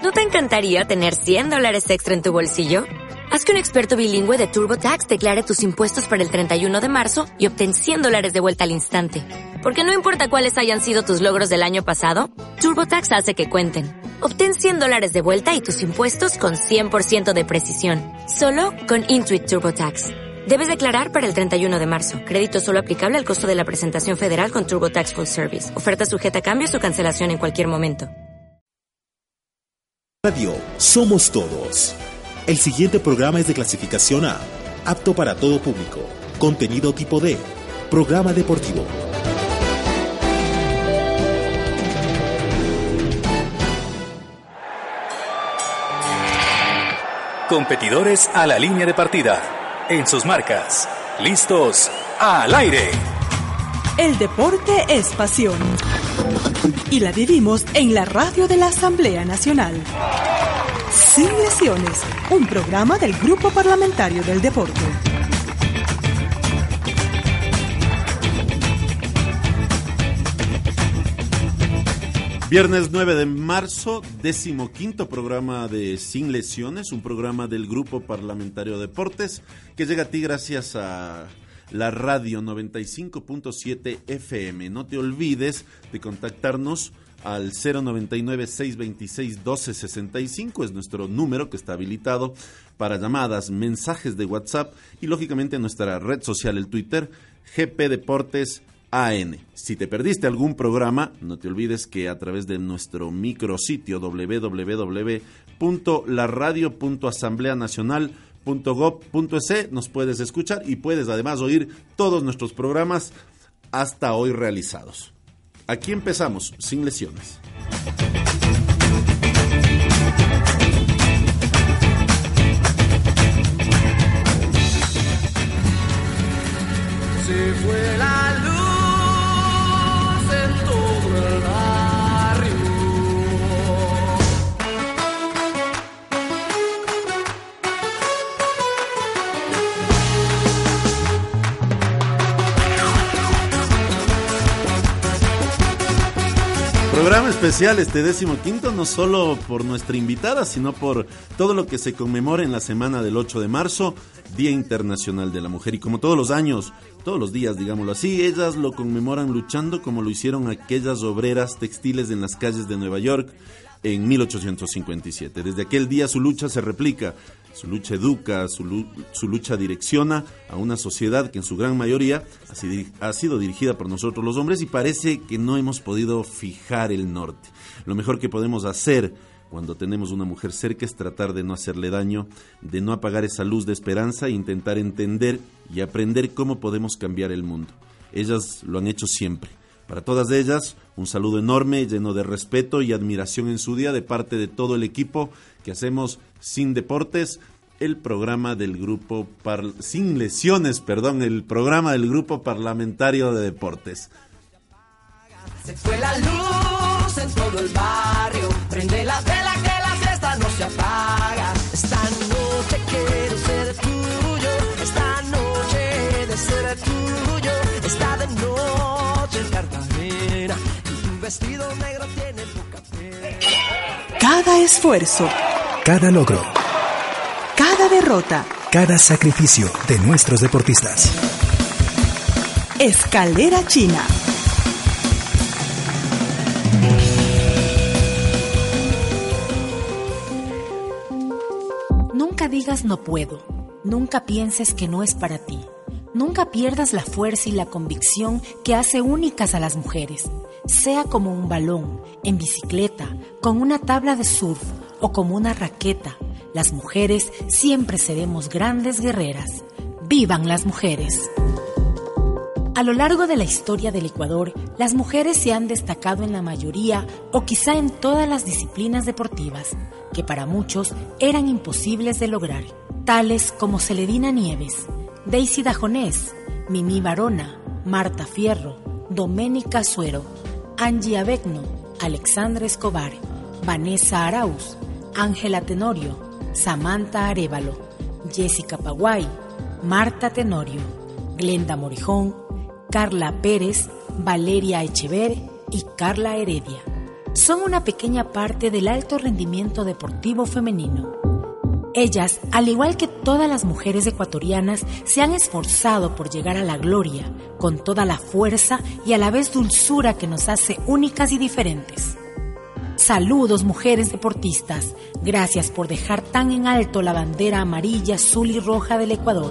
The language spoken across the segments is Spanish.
¿No te encantaría tener $100 extra en tu bolsillo? Haz que un experto bilingüe de TurboTax declare tus impuestos para el 31 de marzo y obtén $100 de vuelta al instante. Porque no importa cuáles hayan sido tus logros del año pasado, TurboTax hace que cuenten. Obtén $100 de vuelta y tus impuestos con 100% de precisión. Solo con Intuit TurboTax. Debes declarar para el 31 de marzo. Crédito solo aplicable al costo de la presentación federal con TurboTax Full Service. Oferta sujeta a cambios o cancelación en cualquier momento. Radio Somos Todos. El siguiente programa es de clasificación A, apto para todo público. Contenido tipo D, programa deportivo. Competidores a la línea de partida. En sus marcas. Listos. Al aire. El deporte es pasión. Y la vivimos en la radio de la Asamblea Nacional. Sin lesiones, un programa del Grupo Parlamentario del Deporte. Viernes 9 de marzo, 15º programa de Sin Lesiones, un programa del Grupo Parlamentario de Deportes que llega a ti gracias a la radio 95.7 FM. No te olvides de contactarnos al 099-626-1265, es nuestro número que está habilitado para llamadas, mensajes de WhatsApp y lógicamente nuestra red social, el Twitter, GP Deportes AN. Si te perdiste algún programa, no te olvides que a través de nuestro micrositio www.laradio.asambleanacional.gov.es nos puedes escuchar y puedes además oír todos nuestros programas hasta hoy realizados. Aquí empezamos, Sin Lesiones. Se fue la luz en todo el barrio. Programa especial este 15º, no solo por nuestra invitada, sino por todo lo que se conmemora en la semana del 8 de marzo, Día Internacional de la Mujer. Y como todos los años, todos los días, digámoslo así, ellas lo conmemoran luchando como lo hicieron aquellas obreras textiles en las calles de Nueva York en 1857. Desde aquel día su lucha se replica, su lucha educa, su lucha direcciona a una sociedad que en su gran mayoría ha sido dirigida por nosotros los hombres y parece que no hemos podido fijar el norte. Lo mejor que podemos hacer cuando tenemos una mujer cerca es tratar de no hacerle daño, de no apagar esa luz de esperanza e intentar entender y aprender cómo podemos cambiar el mundo. Ellas lo han hecho siempre. Para todas ellas, un saludo enorme, lleno de respeto y admiración en su día de parte de todo el equipo que hacemos Sin Deportes, el programa del grupo Sin Lesiones, el programa del Grupo Parlamentario de Deportes. Se fue la luz en todo el barrio. Prende las velas que la fiesta no se apaga. Esta noche quiero ser tuyo. Esta noche de ser tuyo. Está de noche en Cartagena. Y tu vestido negro tiene poca pena. Cada esfuerzo, cada logro, cada derrota, cada sacrificio de nuestros deportistas. Escalera China. Nunca digas no puedo, nunca pienses que no es para ti, nunca pierdas la fuerza y la convicción que hace únicas a las mujeres, sea como un balón, en bicicleta, con una tabla de surf o como una raqueta. Las mujeres siempre seremos grandes guerreras. ¡Vivan las mujeres! A lo largo de la historia del Ecuador, las mujeres se han destacado en la mayoría o quizá en todas las disciplinas deportivas, que para muchos eran imposibles de lograr, tales como Celedina Nieves, Daisy Dajonés, Mimi Barona, Marta Fierro, Doménica Suero, Angie Avecno, Alexandra Escobar, Vanessa Arauz, Ángela Tenorio, Samantha Arévalo, Jessica Paguay, Marta Tenorio, Glenda Morijón, Carla Pérez, Valeria Echever y Carla Heredia. son una pequeña parte del alto rendimiento deportivo femenino. Ellas, al igual que todas las mujeres ecuatorianas, se han esforzado por llegar a la gloria, con toda la fuerza y a la vez dulzura que nos hace únicas y diferentes. Saludos, mujeres deportistas. Gracias por dejar tan en alto la bandera amarilla, azul y roja del Ecuador.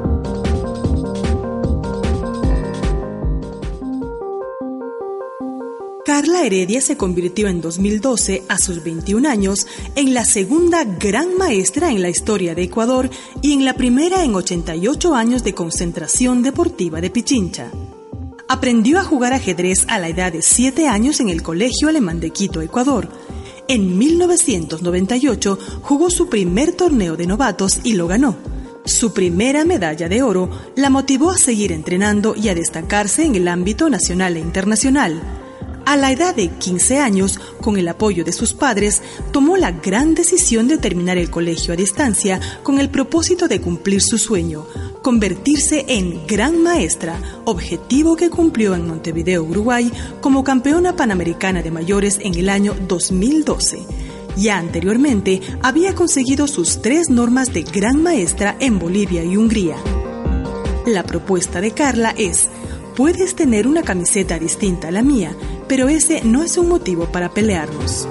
Carla Heredia se convirtió en 2012, a sus 21 años, en la segunda gran maestra en la historia de Ecuador y en la primera en 88 años de concentración deportiva de Pichincha. Aprendió a jugar ajedrez a la edad de 7 años en el Colegio Alemán de Quito, Ecuador. En 1998 jugó su primer torneo de novatos y lo ganó. Su primera medalla de oro la motivó a seguir entrenando y a destacarse en el ámbito nacional e internacional. A la edad de 15 años, con el apoyo de sus padres, tomó la gran decisión de terminar el colegio a distancia con el propósito de cumplir su sueño, convertirse en gran maestra, objetivo que cumplió en Montevideo, Uruguay, como campeona panamericana de mayores en el año 2012. Ya anteriormente había conseguido sus 3 normas de gran maestra en Bolivia y Hungría. La propuesta de Carla es: puedes tener una camiseta distinta a la mía, pero ese no es un motivo para pelearnos.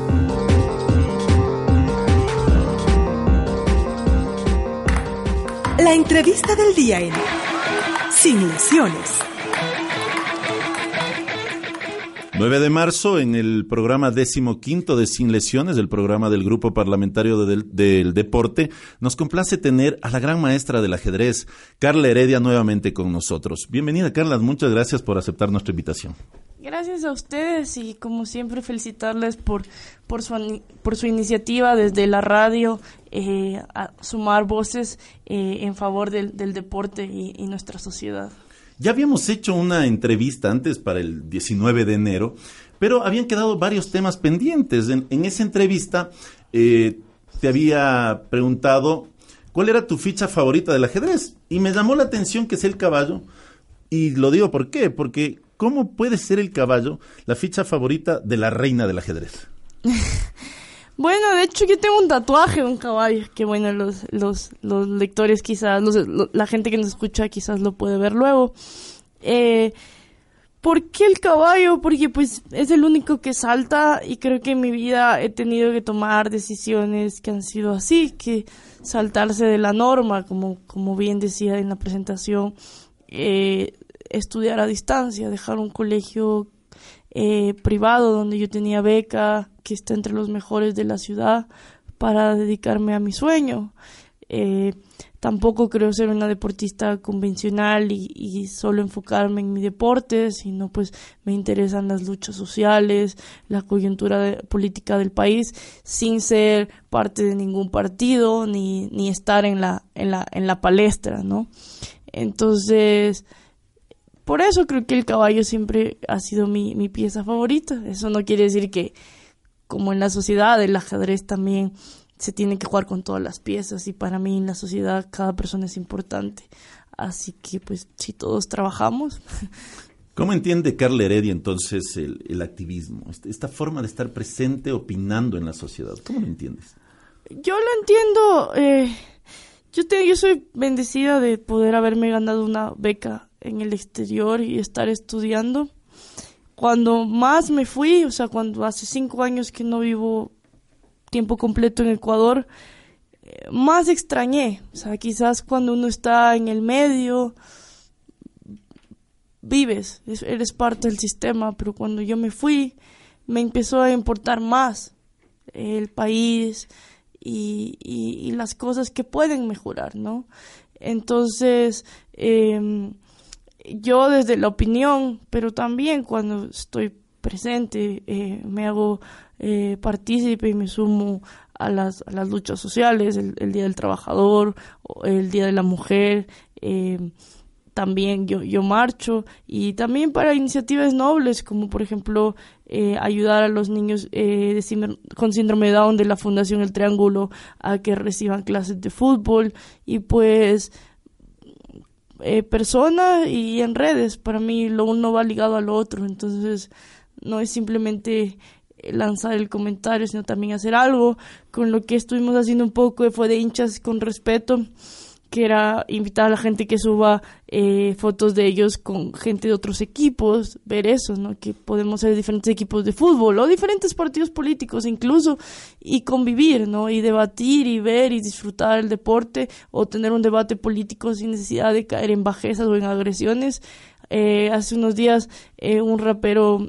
La entrevista del día en Sin Lesiones. 9 de marzo, en el programa 15º de Sin Lesiones, el programa del Grupo Parlamentario del Deporte, nos complace tener a la gran maestra del ajedrez, Carla Heredia, nuevamente con nosotros. Bienvenida, Carla, muchas gracias por aceptar nuestra invitación. Gracias a ustedes y, como siempre, felicitarles por su iniciativa desde la radio, a sumar voces en favor del deporte y nuestra sociedad. Ya habíamos hecho una entrevista antes para el 19 de enero, pero habían quedado varios temas pendientes. En esa entrevista te había preguntado cuál era tu ficha favorita del ajedrez y me llamó la atención que sea el caballo, y lo digo ¿por qué? Porque ¿cómo puede ser el caballo la ficha favorita de la reina del ajedrez? Bueno, de hecho yo tengo un tatuaje de un caballo, que bueno, los lectores quizás, la gente que nos escucha quizás lo puede ver luego. ¿Por qué el caballo? Porque pues es el único que salta, y creo que en mi vida he tenido que tomar decisiones que han sido así, que saltarse de la norma, como bien decía en la presentación, estudiar a distancia, dejar un colegio privado donde yo tenía beca, que está entre los mejores de la ciudad, para dedicarme a mi sueño. Tampoco creo ser una deportista convencional y solo enfocarme en mi deporte, sino pues me interesan las luchas sociales, la coyuntura política del país, sin ser parte de ningún partido ni estar en la palestra, ¿no? Entonces, por eso creo que el caballo siempre ha sido mi pieza favorita. Eso no quiere decir que, como en la sociedad, el ajedrez también se tiene que jugar con todas las piezas, y para mí en la sociedad cada persona es importante. Así que pues si todos trabajamos. ¿Cómo entiende Carla Heredia entonces el activismo? Esta forma de estar presente, opinando en la sociedad. ¿Cómo lo entiendes? Yo lo entiendo. Yo soy bendecida de poder haberme ganado una beca en el exterior y estar estudiando. Cuando más me fui, o sea, cuando hace 5 años que no vivo tiempo completo en Ecuador, más extrañé. O sea, quizás cuando uno está en el medio, vives, eres parte del sistema, pero cuando yo me fui, me empezó a importar más el país y las cosas que pueden mejorar, ¿no? Entonces, yo desde la opinión, pero también cuando estoy presente, me hago partícipe y me sumo a las luchas sociales, el Día del Trabajador, el Día de la Mujer. También yo marcho, y también para iniciativas nobles, como por ejemplo ayudar a los niños con síndrome de Down de la Fundación El Triángulo a que reciban clases de fútbol, y pues persona y en redes. Para mí lo uno va ligado a lo otro, entonces no es simplemente lanzar el comentario, sino también hacer algo. Con lo que estuvimos haciendo un poco fue de hinchas con respeto, que era invitar a la gente que suba fotos de ellos con gente de otros equipos, ver eso, ¿no? Que podemos ser diferentes equipos de fútbol o diferentes partidos políticos incluso, y convivir, ¿no? Y debatir y ver y disfrutar el deporte, o tener un debate político sin necesidad de caer en bajezas o en agresiones. Hace unos días un rapero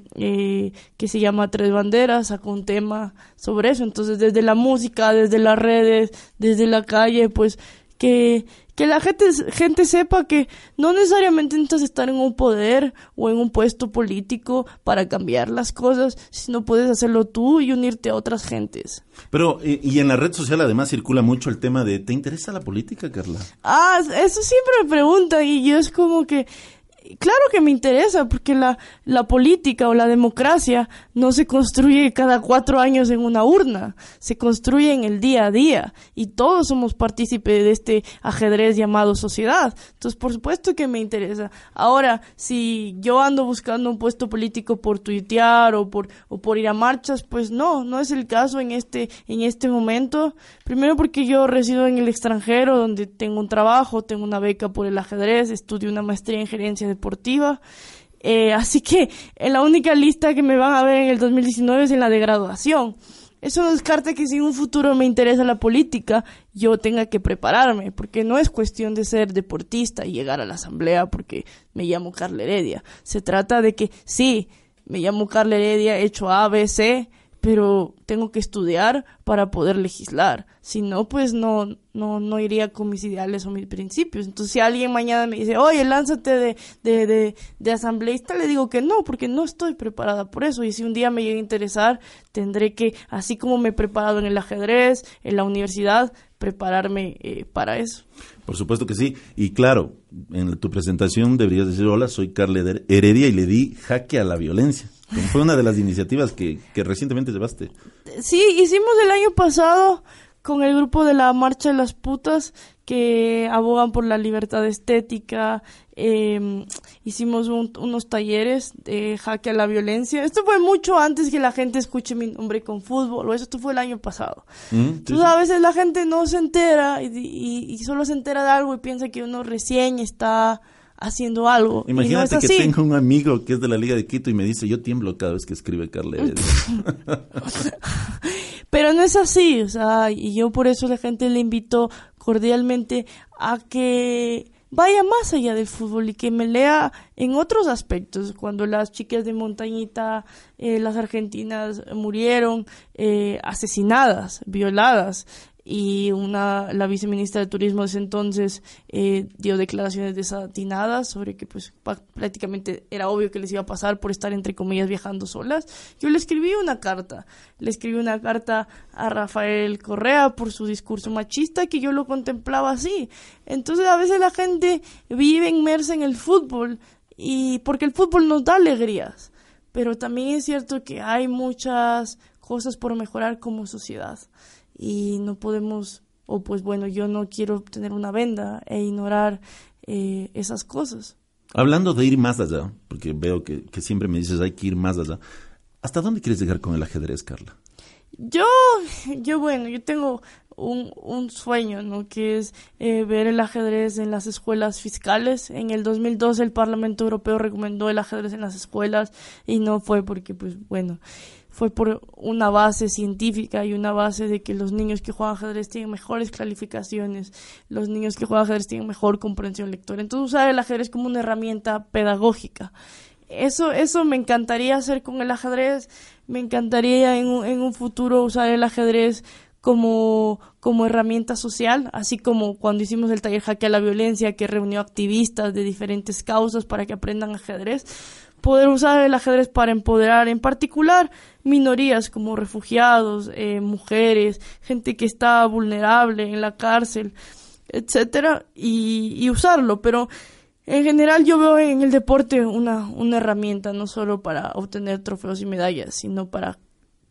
que se llama Tres Banderas sacó un tema sobre eso. Entonces, desde la música, desde las redes, desde la calle, pues que la gente sepa que no necesariamente necesitas estar en un poder o en un puesto político para cambiar las cosas, sino puedes hacerlo tú y unirte a otras gentes. Pero, y en la red social además circula mucho el tema de, ¿te interesa la política, Carla? Eso siempre me preguntan, y yo es como que, claro que me interesa, porque la política o la democracia no se construye cada 4 años en una urna, se construye en el día a día, y todos somos partícipes de este ajedrez llamado sociedad. Entonces, por supuesto que me interesa. Ahora, si yo ando buscando un puesto político por tuitear o por ir a marchas, pues no es el caso en este momento. Primero porque yo resido en el extranjero, donde tengo un trabajo, tengo una beca por el ajedrez, estudio una maestría en gerencia deportiva, así que la única lista que me van a ver en el 2019 es en la de graduación. Eso no descarta que si en un futuro me interesa la política, yo tenga que prepararme, porque no es cuestión de ser deportista y llegar a la asamblea porque me llamo Carla Heredia. Se trata de que sí, me llamo Carla Heredia, he hecho A, B, C, pero tengo que estudiar para poder legislar. Si no, pues no iría con mis ideales o mis principios. Entonces, si alguien mañana me dice, oye, lánzate de asambleísta, le digo que no, porque no estoy preparada por eso. Y si un día me llega a interesar, tendré que, así como me he preparado en el ajedrez, en la universidad, prepararme para eso. Por supuesto que sí. Y claro, en tu presentación deberías decir, hola, soy Carla Heredia y le di jaque a la violencia. Como fue una de las iniciativas que recientemente llevaste. Sí, hicimos el año pasado con el grupo de la Marcha de las Putas, que abogan por la libertad estética. Hicimos unos talleres de jaque a la violencia. Esto fue mucho antes que la gente escuche mi nombre con fútbol, o esto fue el año pasado. Entonces, a veces la gente no se entera y solo se entera de algo y piensa que uno recién está haciendo algo. Imagínate no es que así. tengo un amigo que es de la Liga de Quito y me dice, yo tiemblo cada vez que escribe Carla Heredia. Pero no es así, o sea, y yo por eso a la gente le invito cordialmente a que vaya más allá del fútbol y que me lea en otros aspectos. Cuando las chicas de Montañita, las argentinas, murieron asesinadas, violadas, y la viceministra de Turismo de ese entonces dio declaraciones desatinadas sobre que pues prácticamente era obvio que les iba a pasar por estar, entre comillas, viajando solas. Yo le escribí una carta a Rafael Correa por su discurso machista, que yo lo contemplaba así. Entonces, a veces la gente vive inmersa en el fútbol, y porque el fútbol nos da alegrías, pero también es cierto que hay muchas cosas por mejorar como sociedad. Y no podemos, yo no quiero tener una venda e ignorar esas cosas. Hablando de ir más allá, porque veo que siempre me dices hay que ir más allá, ¿hasta dónde quieres llegar con el ajedrez, Carla? Yo tengo un sueño, ¿no? Que es ver el ajedrez en las escuelas fiscales. En el 2012 el Parlamento Europeo recomendó el ajedrez en las escuelas, y no fue porque, fue por una base científica y una base de que los niños que juegan ajedrez tienen mejores calificaciones, los niños que juegan ajedrez tienen mejor comprensión lectora. Entonces, usar el ajedrez como una herramienta pedagógica. Eso me encantaría hacer con el ajedrez. Me encantaría en un futuro usar el ajedrez como herramienta social, así como cuando hicimos el taller Jaque a la Violencia, que reunió activistas de diferentes causas para que aprendan ajedrez. Poder usar el ajedrez para empoderar, en particular, minorías como refugiados, mujeres, gente que está vulnerable en la cárcel, etcétera, y usarlo. Pero en general yo veo en el deporte una herramienta, no solo para obtener trofeos y medallas, sino para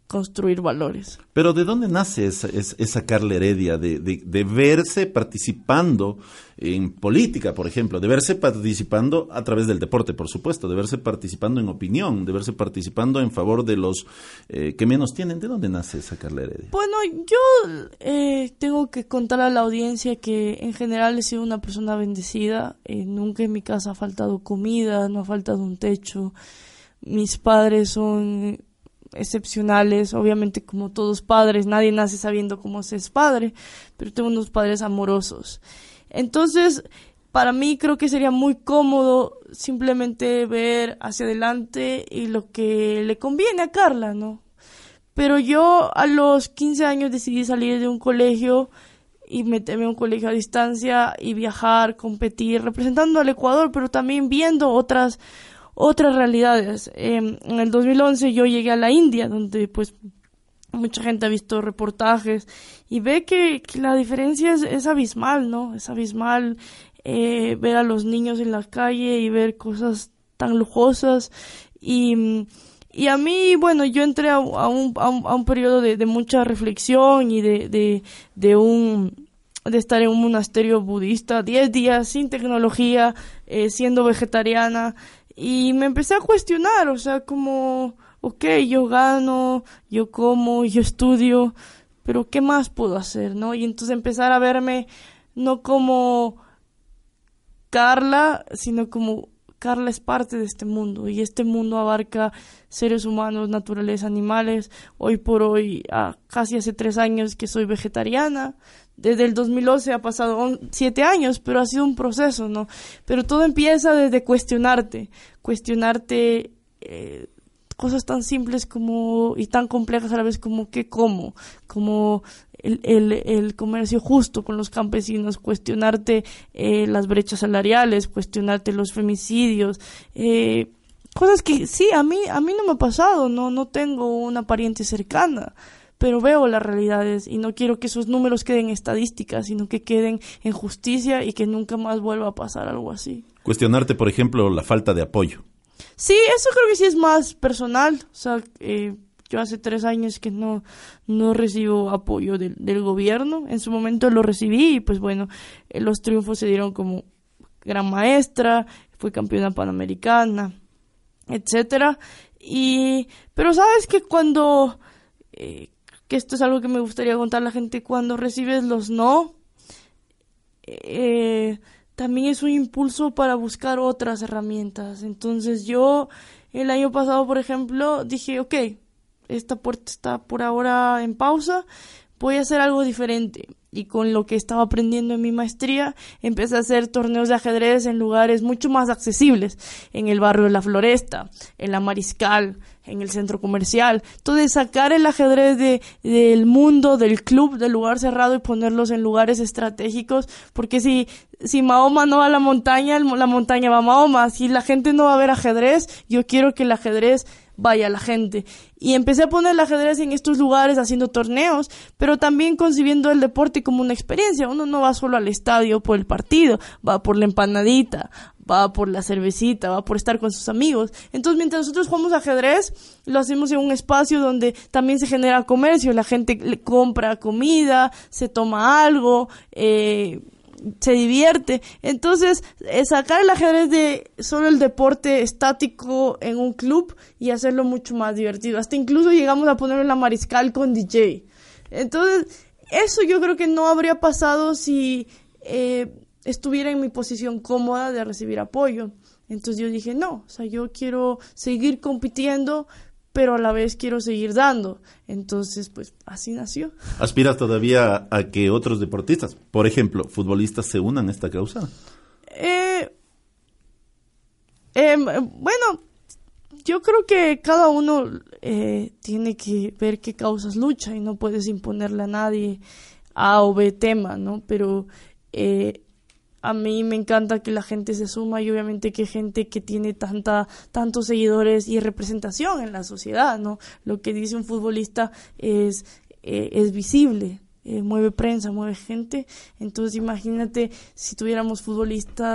construir valores. Pero ¿de dónde nace esa Carla Heredia de verse participando en política, por ejemplo, de verse participando a través del deporte, por supuesto, de verse participando en opinión, de verse participando en favor de los que menos tienen? ¿De dónde nace esa Carla Heredia? Bueno, yo tengo que contar a la audiencia que en general he sido una persona bendecida. Nunca en mi casa ha faltado comida, no ha faltado un techo. Mis padres son excepcionales, obviamente como todos padres, nadie nace sabiendo cómo se es padre, pero tengo unos padres amorosos. Entonces, para mí creo que sería muy cómodo simplemente ver hacia adelante y lo que le conviene a Carla, ¿no? Pero yo a los 15 años decidí salir de un colegio y meterme a un colegio a distancia y viajar, competir, representando al Ecuador, pero también viendo otras realidades. En el 2011 yo llegué a la India, donde pues mucha gente ha visto reportajes y ve que la diferencia es abismal, ¿no? Es abismal ver a los niños en la calle y ver cosas tan lujosas y a mí, bueno, yo entré a un periodo de mucha reflexión y de estar en un monasterio budista 10 días sin tecnología, siendo vegetariana. Y me empecé a cuestionar, o sea, como, okay, yo gano, yo como, yo estudio, pero ¿qué más puedo hacer, no? Y entonces empezar a verme no como Carla, sino como Carla es parte de este mundo, y este mundo abarca seres humanos, naturaleza, animales. Hoy por hoy, casi hace 3 años que soy vegetariana. Desde el 2011 ha pasado 7 años, pero ha sido un proceso, ¿no? Pero todo empieza desde cuestionarte cosas tan simples como y tan complejas a la vez como qué como el comercio justo con los campesinos, cuestionarte las brechas salariales, cuestionarte los femicidios, cosas que sí, a mí no me ha pasado, no tengo una pariente cercana, pero veo las realidades y no quiero que esos números queden en estadísticas, sino que queden en justicia y que nunca más vuelva a pasar algo así. Cuestionarte, por ejemplo, la falta de apoyo. Sí, eso creo que sí es más personal. O sea, yo hace 3 años que no recibo apoyo del gobierno. En su momento lo recibí y pues bueno, los triunfos se dieron como gran maestra, fui campeona panamericana, etcétera. Pero sabes que cuando que esto es algo que me gustaría contar a la gente, cuando recibes los no, también es un impulso para buscar otras herramientas. Entonces yo el año pasado, por ejemplo, dije, okay, esta puerta está por ahora en pausa, voy a hacer algo diferente. Y con lo que estaba aprendiendo en mi maestría, empecé a hacer torneos de ajedrez en lugares mucho más accesibles, en el barrio de La Floresta, en la Mariscal, en el centro comercial. Entonces, sacar el ajedrez del mundo, del club, del lugar cerrado y ponerlos en lugares estratégicos, porque si Mahoma no va a la montaña va a Mahoma. Si la gente no va a ver ajedrez, yo quiero que el ajedrez vaya a la gente. Y empecé a poner el ajedrez en estos lugares haciendo torneos, pero también concibiendo el deporte como una experiencia. Uno no va solo al estadio por el partido, va por la empanadita, va por la cervecita, va por estar con sus amigos. Entonces, mientras nosotros jugamos ajedrez, lo hacemos en un espacio donde también se genera comercio. La gente le compra comida, se toma algo, se divierte. Entonces, sacar el ajedrez de solo el deporte estático en un club y hacerlo mucho más divertido. Hasta incluso llegamos a ponerlo en la Mariscal con DJ. Entonces, eso yo creo que no habría pasado si estuviera en mi posición cómoda de recibir apoyo. Entonces yo dije, no, o sea, yo quiero seguir compitiendo, pero a la vez quiero seguir dando. Entonces, pues, así nació. ¿Aspiras todavía a que otros deportistas, por ejemplo, futbolistas, se unan a esta causa? Bueno, yo creo que cada uno tiene que ver qué causas lucha y no puedes imponerle a nadie A o B tema, ¿no? Pero a mí me encanta que la gente se suma y obviamente que gente que tiene tantos seguidores y representación en la sociedad, ¿no? Lo que dice un futbolista es visible, mueve prensa, mueve gente. Entonces imagínate si tuviéramos futbolistas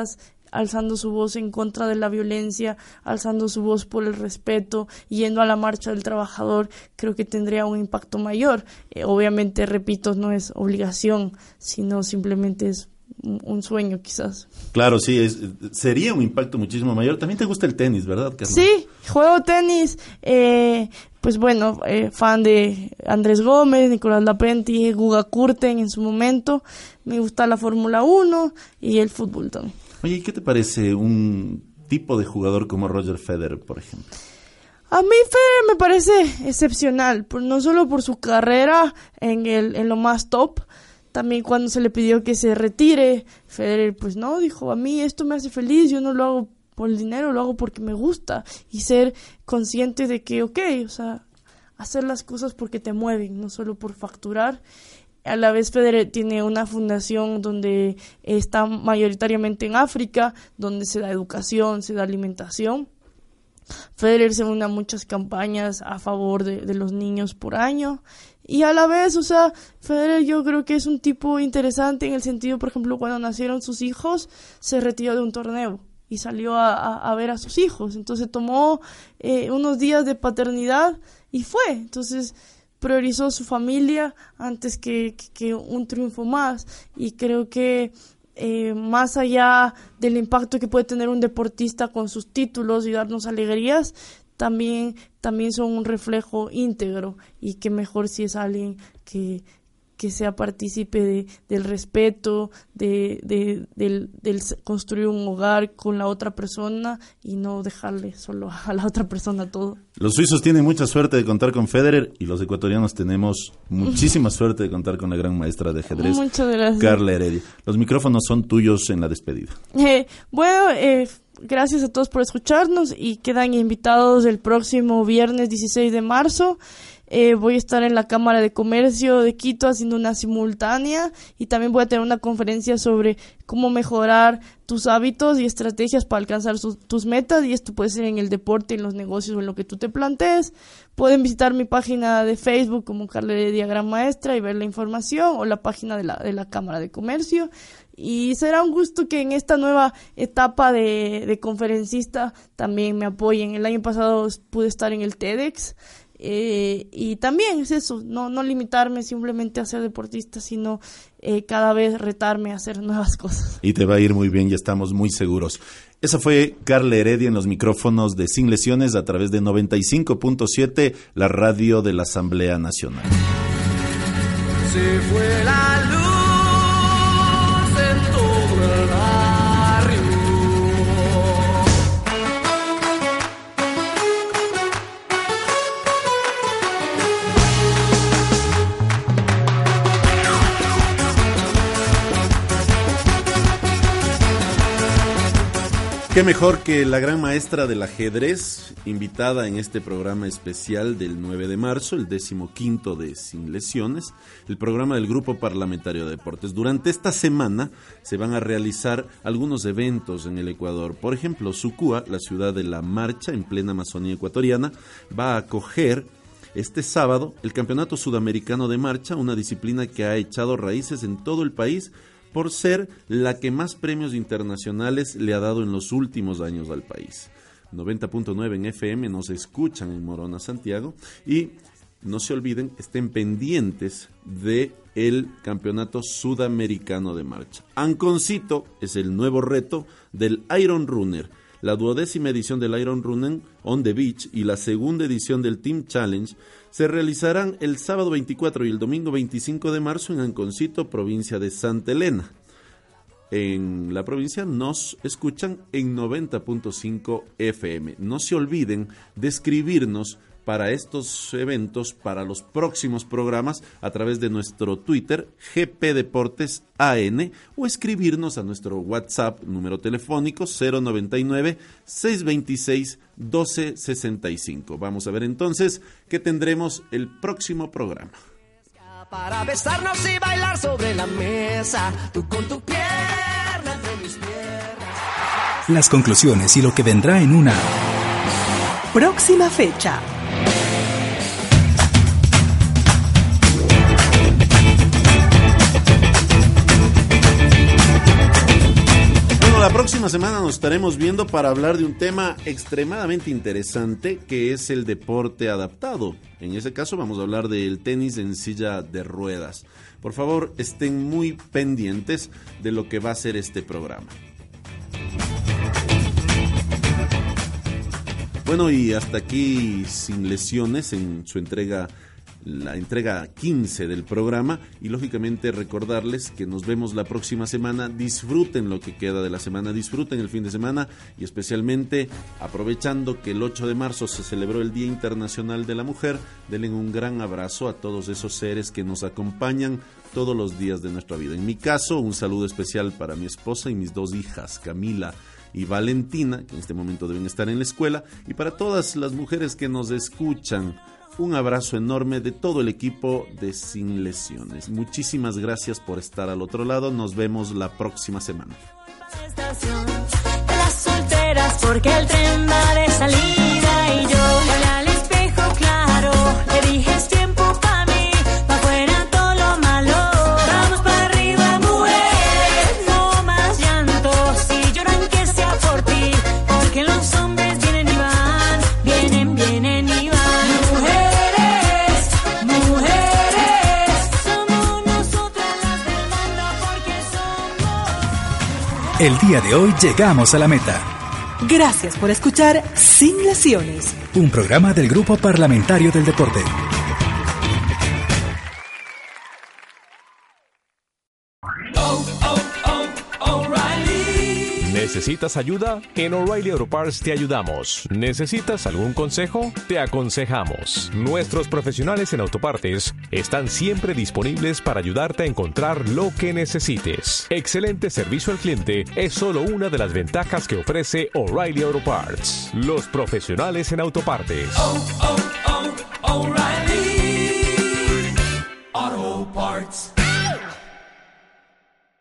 alzando su voz en contra de la violencia, alzando su voz por el respeto, yendo a la marcha del trabajador, creo que tendría un impacto mayor. Obviamente, repito, no es obligación, sino simplemente es un sueño quizás. Claro, sí, sería un impacto muchísimo mayor. También te gusta el tenis, ¿verdad, Carla? Sí, juego tenis, pues bueno, fan de Andrés Gómez, Nicolás Laprenti, Guga Kurten en su momento. Me gusta la Fórmula 1 y el fútbol también. Oye, ¿y qué te parece un tipo de jugador como Roger Federer, por ejemplo? A mí Federer me parece excepcional, no solo por su carrera en lo más top. También cuando se le pidió que se retire, Federer pues no, dijo, a mí esto me hace feliz, yo no lo hago por el dinero, lo hago porque me gusta. Y ser consciente de que, o sea, hacer las cosas porque te mueven, no solo por facturar. A la vez Federer tiene una fundación donde está mayoritariamente en África, donde se da educación, se da alimentación. Federer se une a muchas campañas a favor de los niños por año. Y a la vez, o sea, Federer yo creo que es un tipo interesante en el sentido, por ejemplo, cuando nacieron sus hijos, se retiró de un torneo y salió a ver a sus hijos. Entonces tomó unos días de paternidad y fue. Entonces priorizó su familia antes que un triunfo más. Y creo que más allá del impacto que puede tener un deportista con sus títulos y darnos alegrías, también son un reflejo íntegro, y que mejor si es alguien que sea partícipe del respeto, del construir un hogar con la otra persona y no dejarle solo a la otra persona todo. Los suizos tienen mucha suerte de contar con Federer y los ecuatorianos tenemos muchísima suerte de contar con la gran maestra de ajedrez, Muchas gracias. Carla Heredia. Los micrófonos son tuyos en la despedida. Gracias a todos por escucharnos y quedan invitados el próximo viernes 16 de marzo. Voy a estar en la Cámara de Comercio de Quito haciendo una simultánea, y también voy a tener una conferencia sobre cómo mejorar tus hábitos y estrategias para alcanzar tus metas, y esto puede ser en el deporte, en los negocios o en lo que tú te plantees. Pueden visitar mi página de Facebook como Carla Heredia Gran Maestra y ver la información, o la página de la Cámara de Comercio. Y será un gusto que en esta nueva etapa de conferencista también me apoyen. El año pasado pude estar en el TEDx. Y también es eso, no limitarme simplemente a ser deportista, sino cada vez retarme a hacer nuevas cosas. Y te va a ir muy bien, ya estamos muy seguros. Esa fue Carla Heredia en los micrófonos de Sin Lesiones a través de 95.7, la radio de la Asamblea Nacional. Se fue la luz en todo el barrio. Qué mejor que la gran maestra del ajedrez, invitada en este programa especial del 9 de marzo, el 15º de Sin Lesiones, el programa del Grupo Parlamentario de Deportes. Durante esta semana se van a realizar algunos eventos en el Ecuador. Por ejemplo, Sucúa, la ciudad de la marcha en plena Amazonía ecuatoriana, va a acoger este sábado el Campeonato Sudamericano de Marcha, una disciplina que ha echado raíces en todo el país por ser la que más premios internacionales le ha dado en los últimos años al país. 90.9 en FM, nos escuchan en Morona, Santiago, y no se olviden, estén pendientes de el Campeonato Sudamericano de Marcha. Anconcito es el nuevo reto del Iron Runner, la 12ª edición del Iron Runner on the Beach y la segunda edición del Team Challenge se realizarán el sábado 24 y el domingo 25 de marzo en Anconcito, provincia de Santa Elena. En la provincia nos escuchan en 90.5 FM. No se olviden de escribirnos para estos eventos, para los próximos programas, a través de nuestro Twitter, GP Deportes AN, o escribirnos a nuestro WhatsApp, número telefónico 099-626-1265. Vamos a ver entonces qué tendremos el próximo programa. Para besarnos y bailar sobre la mesa, tú con tu pierna entre mis piernas. Las conclusiones y lo que vendrá en una próxima fecha. la próxima semana nos estaremos viendo para hablar de un tema extremadamente interesante que es el deporte adaptado. En ese caso vamos a hablar del tenis en silla de ruedas. Por favor, estén muy pendientes de lo que va a ser este programa. Bueno, y hasta aquí Sin Lesiones en su la entrega 15 del programa, y lógicamente recordarles que nos vemos la próxima semana. Disfruten lo que queda de la semana, disfruten el fin de semana, y especialmente aprovechando que el 8 de marzo se celebró el Día Internacional de la Mujer, denle un gran abrazo a todos esos seres que nos acompañan todos los días de nuestra vida. En mi caso, un saludo especial para mi esposa y mis 2 hijas, Camila y Valentina, que en este momento deben estar en la escuela, y para todas las mujeres que nos escuchan, un abrazo enorme de todo el equipo de Sin Lesiones. Muchísimas gracias por estar al otro lado. Nos vemos la próxima semana. Las solteras porque el tren va de salida y yo miré al espejo claro, le dije es tiempo pa' mí, pa' fuera todo lo malo, vamos para arriba mujeres, no más llanto, si lloran que sea por ti, porque los hombres vienen y van, vienen y van. El día de hoy llegamos a la meta. Gracias por escuchar Sin Lesiones, Un programa del Grupo Parlamentario del Deporte. ¿Necesitas ayuda? En O'Reilly Auto Parts te ayudamos. ¿Necesitas algún consejo? Te aconsejamos. Nuestros profesionales en autopartes están siempre disponibles para ayudarte a encontrar lo que necesites. Excelente servicio al cliente es solo una de las ventajas que ofrece O'Reilly Auto Parts. Los profesionales en autopartes. O'Reilly.